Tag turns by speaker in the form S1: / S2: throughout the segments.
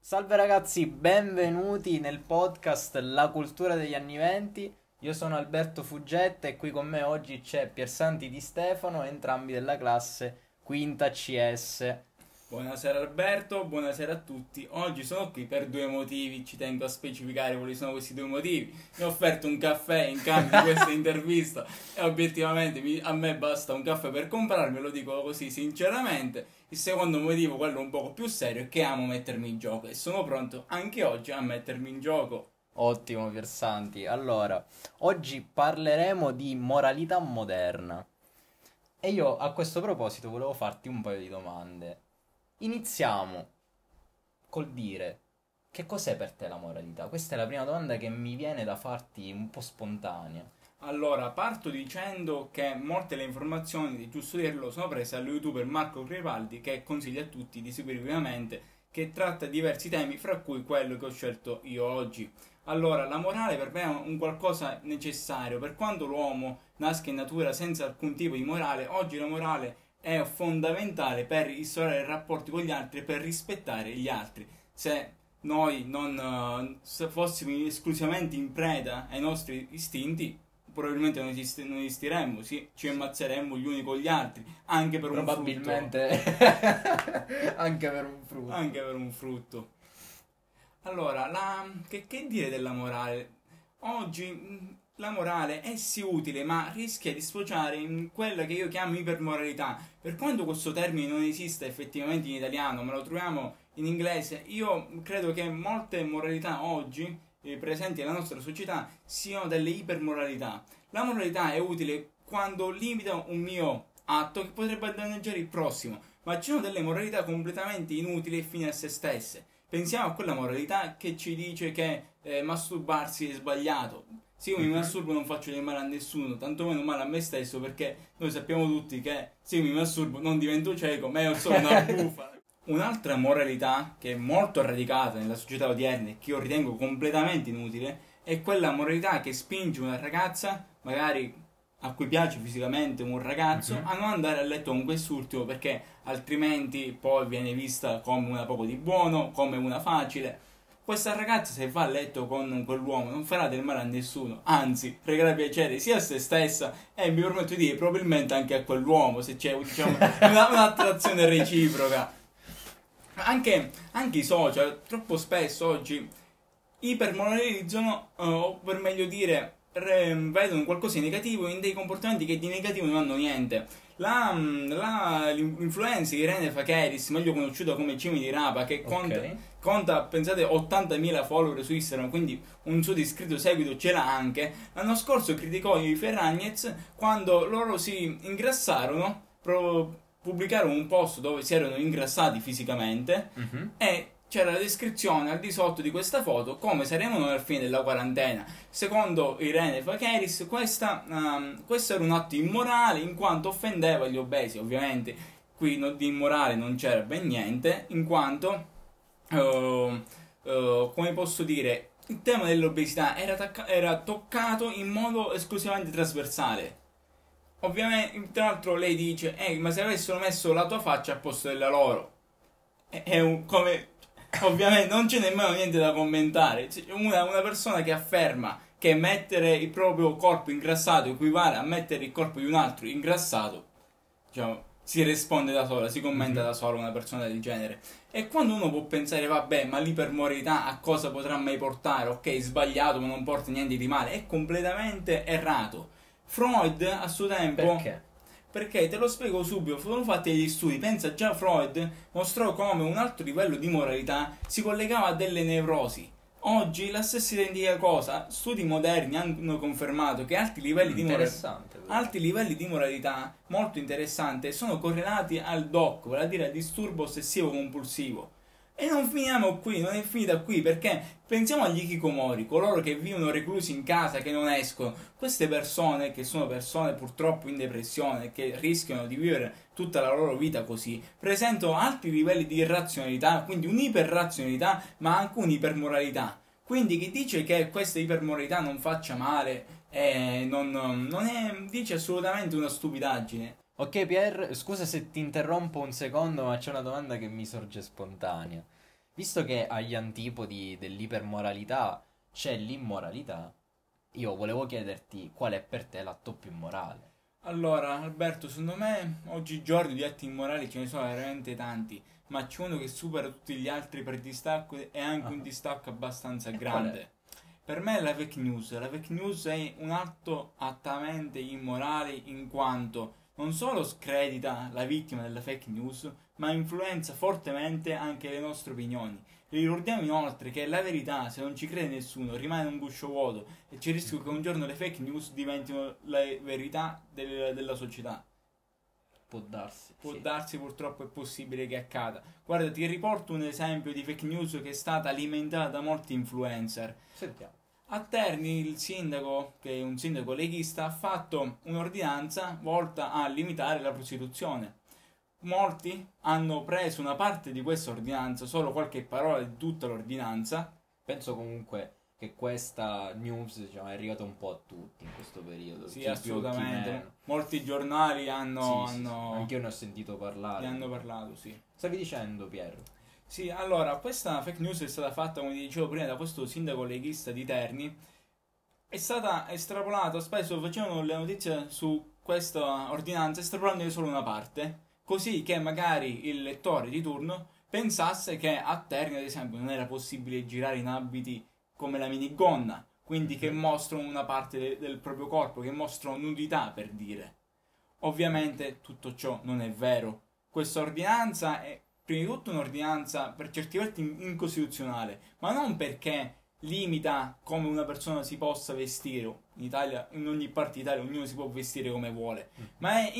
S1: Salve ragazzi, benvenuti nel podcast La cultura degli anni venti. Io sono Alberto Fuggetta e qui con me oggi c'è Piersanti Di Stefano, entrambi della classe quinta CS.
S2: Buonasera Alberto, buonasera a tutti. Oggi sono qui per due motivi, ci tengo a specificare quali sono questi due motivi. Mi ho offerto un caffè in cambio di questa intervista e obiettivamente a me basta un caffè per comprarmi, lo dico così sinceramente. Il secondo motivo, quello un poco più serio, è che amo mettermi in gioco e sono pronto anche oggi a mettermi in gioco.
S1: Ottimo Piersanti. Allora, oggi parleremo di moralità moderna. E io a questo proposito volevo farti un paio di domande. Iniziamo col dire che cos'è per te la moralità? Questa è la prima domanda che mi viene da farti un po' spontanea.
S2: Allora, parto dicendo che molte delle informazioni, di giusto dirlo, sono prese dallo youtuber Marco Crepaldi, che consiglio a tutti di seguire ovviamente, che tratta diversi temi, fra cui quello che ho scelto io oggi. Allora, la morale per me è un qualcosa necessario, per quanto l'uomo nasca in natura senza alcun tipo di morale, oggi la morale è fondamentale per instaurare rapporti con gli altri e per rispettare gli altri. Se noi non se fossimo esclusivamente in preda ai nostri istinti, probabilmente non esistiremmo, sì, ci ammazzeremmo gli uni con gli altri, anche per un frutto.
S1: Probabilmente anche per un frutto.
S2: Anche per un frutto. Allora, che dire della morale? Oggi la morale è sì utile, ma rischia di sfociare in quella che io chiamo ipermoralità. Per quanto questo termine non esista effettivamente in italiano, ma lo troviamo in inglese, io credo che molte moralità oggi presenti nella nostra società siano delle ipermoralità. La moralità è utile quando limita un mio atto che potrebbe danneggiare il prossimo, ma ci sono delle moralità completamente inutili e fini a se stesse. Pensiamo a quella moralità che ci dice che masturbarsi è sbagliato. Se io mi masturbo non faccio del male a nessuno, tantomeno male a me stesso, perché noi sappiamo tutti che se io mi masturbo non divento cieco, ma io sono una bufala. Un'altra moralità che è molto radicata nella società odierna e che io ritengo completamente inutile è quella moralità che spinge una ragazza, magari a cui piace fisicamente un ragazzo, a non andare a letto con quest'ultimo perché altrimenti poi viene vista come una poco di buono, come una facile. Questa ragazza, se va a letto con quell'uomo, non farà del male a nessuno, anzi recherà piacere sia a se stessa e mi permetto di dire probabilmente anche a quell'uomo, se c'è diciamo, un'attrazione reciproca. Anche i social troppo spesso oggi ipermoralizzano, o per meglio dire vedono qualcosa di negativo in dei comportamenti che di negativo non hanno niente. L'influencer Irene Fakheris, meglio conosciuta come Cimi di Rapa, che conta, pensate, 80.000 follower su Instagram, quindi un suo discreto seguito ce l'ha anche. L'anno scorso criticò i Ferragnez quando loro si ingrassarono, pubblicarono un post dove si erano ingrassati fisicamente e c'era la descrizione al di sotto di questa foto come saremo noi al fine della quarantena. Secondo Irene Fakheris questo era un atto immorale in quanto offendeva gli obesi. Ovviamente qui di immorale non c'era ben niente, in quanto come posso dire, il tema dell'obesità era toccato in modo esclusivamente trasversale. Ovviamente, tra l'altro lei dice, ma se avessero messo la tua faccia al posto della loro, come ovviamente non c'è nemmeno niente da commentare. Una persona che afferma che mettere il proprio corpo ingrassato equivale a mettere il corpo di un altro ingrassato, diciamo, si risponde da sola, si commenta da sola una persona del genere. E quando uno può pensare, vabbè, ma l'ipermoralità a cosa potrà mai portare? Ok, sbagliato, ma non porta niente di male. È completamente errato. Freud a suo tempo...
S1: Perché?
S2: Perché te lo spiego subito, furono fatti degli studi, pensa già Freud mostrò come un alto livello di moralità si collegava a delle nevrosi. Oggi la stessa identica cosa, studi moderni hanno confermato che alti livelli di moralità, molto interessante, sono correlati al DOC, vale a dire al disturbo ossessivo compulsivo. E non finiamo qui, non è finita qui, perché pensiamo agli hikikomori, coloro che vivono reclusi in casa, che non escono. Queste persone, che sono persone purtroppo in depressione, che rischiano di vivere tutta la loro vita così, presentano alti livelli di irrazionalità, quindi un'iperrazionalità, ma anche un'ipermoralità. Quindi chi dice che questa ipermoralità non faccia male, non è, dice assolutamente una stupidaggine.
S1: Ok Pier, scusa se ti interrompo un secondo, ma c'è una domanda che mi sorge spontanea. Visto che agli antipodi dell'ipermoralità c'è l'immoralità, io volevo chiederti qual è per te l'atto più immorale.
S2: Allora, Alberto, secondo me oggigiorno di atti immorali ce ne sono veramente tanti, ma c'è uno che supera tutti gli altri per distacco e anche un
S1: Ah,
S2: distacco abbastanza
S1: e qual è?
S2: grande. Per me è la fake news. La fake news è un atto altamente immorale in quanto non solo scredita la vittima della fake news, ma influenza fortemente anche le nostre opinioni. Ricordiamo inoltre che la verità, se non ci crede nessuno, rimane un guscio vuoto e c'è il rischio che un giorno le fake news diventino la verità della società.
S1: Può darsi,
S2: Può
S1: sì.
S2: darsi, purtroppo è possibile che accada. Guarda, ti riporto un esempio di fake news che è stata alimentata da molti influencer.
S1: Sentiamo.
S2: A Terni il sindaco, che è un sindaco leghista, ha fatto un'ordinanza volta a limitare la prostituzione. Molti hanno preso una parte di questa ordinanza, solo qualche parola di tutta l'ordinanza.
S1: Penso comunque che questa news, diciamo, è arrivata un po' a tutti in questo periodo,
S2: Sì,
S1: chi più, chi
S2: assolutamente.
S1: meno.
S2: Molti giornali
S1: Sì, sì, sì. Anch'io ne ho sentito
S2: ne
S1: parlare.
S2: hanno parlato, sì.
S1: Stavi dicendo, Pier?
S2: Sì, allora, questa fake news è stata fatta, come ti dicevo prima, da questo sindaco leghista di Terni. È stata estrapolata, spesso facevano le notizie su questa ordinanza estrapolandone solo una parte, così che magari il lettore di turno pensasse che a Terni, ad esempio, non era possibile girare in abiti come la minigonna, quindi che
S1: Mhm.
S2: mostrano una parte del proprio corpo, che mostrano nudità, per dire. Ovviamente tutto ciò non è vero. Questa ordinanza è prima di tutto un'ordinanza per certi versi incostituzionale, ma non perché limita come una persona si possa vestire. In Italia, in ogni parte d'Italia, ognuno si può vestire come vuole, ma è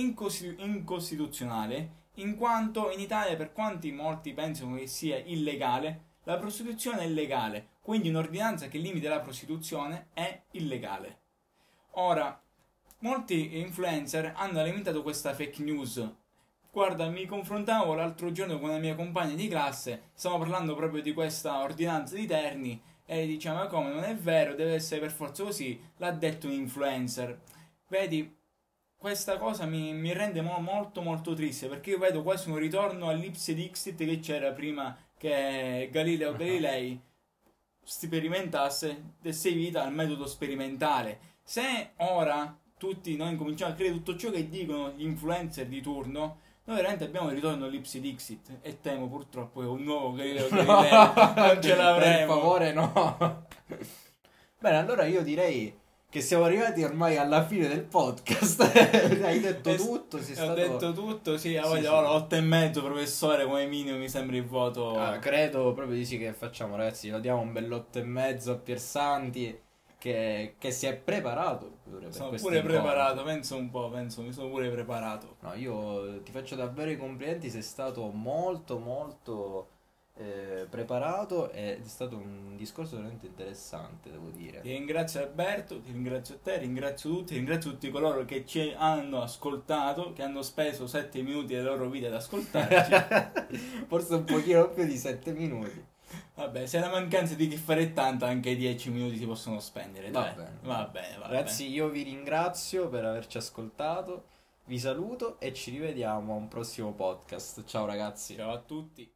S2: incostituzionale in quanto in Italia, per quanti molti pensano che sia illegale, la prostituzione è legale, quindi un'ordinanza che limita la prostituzione è illegale. Ora, molti influencer hanno alimentato questa fake news. Guarda, mi confrontavo l'altro giorno con una mia compagna di classe, stavamo parlando proprio di questa ordinanza di Terni e diciamo: ma come, non è vero, deve essere per forza così, l'ha detto un influencer. Vedi, questa cosa mi rende molto molto triste perché io vedo quasi un ritorno all'Ipse Dixit che c'era prima che Galileo Galilei sperimentasse, desse vita al metodo sperimentale. Se ora tutti noi incominciamo a credere tutto ciò che dicono gli influencer di turno, noi veramente abbiamo il ritorno all'Ipsi Dixit e temo purtroppo che un nuovo Galileo Galilei non ce
S1: Per
S2: l'avremo.
S1: favore, no. Bene, allora io direi che siamo arrivati ormai alla fine del podcast. Hai detto tutto, sei
S2: Ho
S1: stato...
S2: detto tutto, sì,
S1: Sì, sì.
S2: ora 8,5 professore come minimo mi sembra il voto.
S1: Ah, credo proprio di sì che facciamo, ragazzi. Lo diamo un bell'8,5 a Piersanti che si è preparato pure per
S2: Sono
S1: questo
S2: pure
S1: incontro.
S2: preparato, penso un po', mi sono pure preparato.
S1: No, io ti faccio davvero i complimenti, sei stato molto molto preparato ed è stato un discorso veramente interessante, devo dire.
S2: Ti ringrazio Alberto, ti ringrazio te, ringrazio tutti coloro che ci hanno ascoltato, che hanno speso 7 minuti della loro vita ad ascoltarci.
S1: Forse un pochino più di 7 minuti.
S2: Vabbè, se è la mancanza di chi fare tanto, anche 10 minuti si possono spendere,
S1: Va
S2: dai.
S1: bene.
S2: Va bene, va
S1: Ragazzi, io vi ringrazio per averci ascoltato, vi saluto e ci rivediamo a un prossimo podcast. Ciao
S2: bene.
S1: ragazzi.
S2: Ciao a tutti.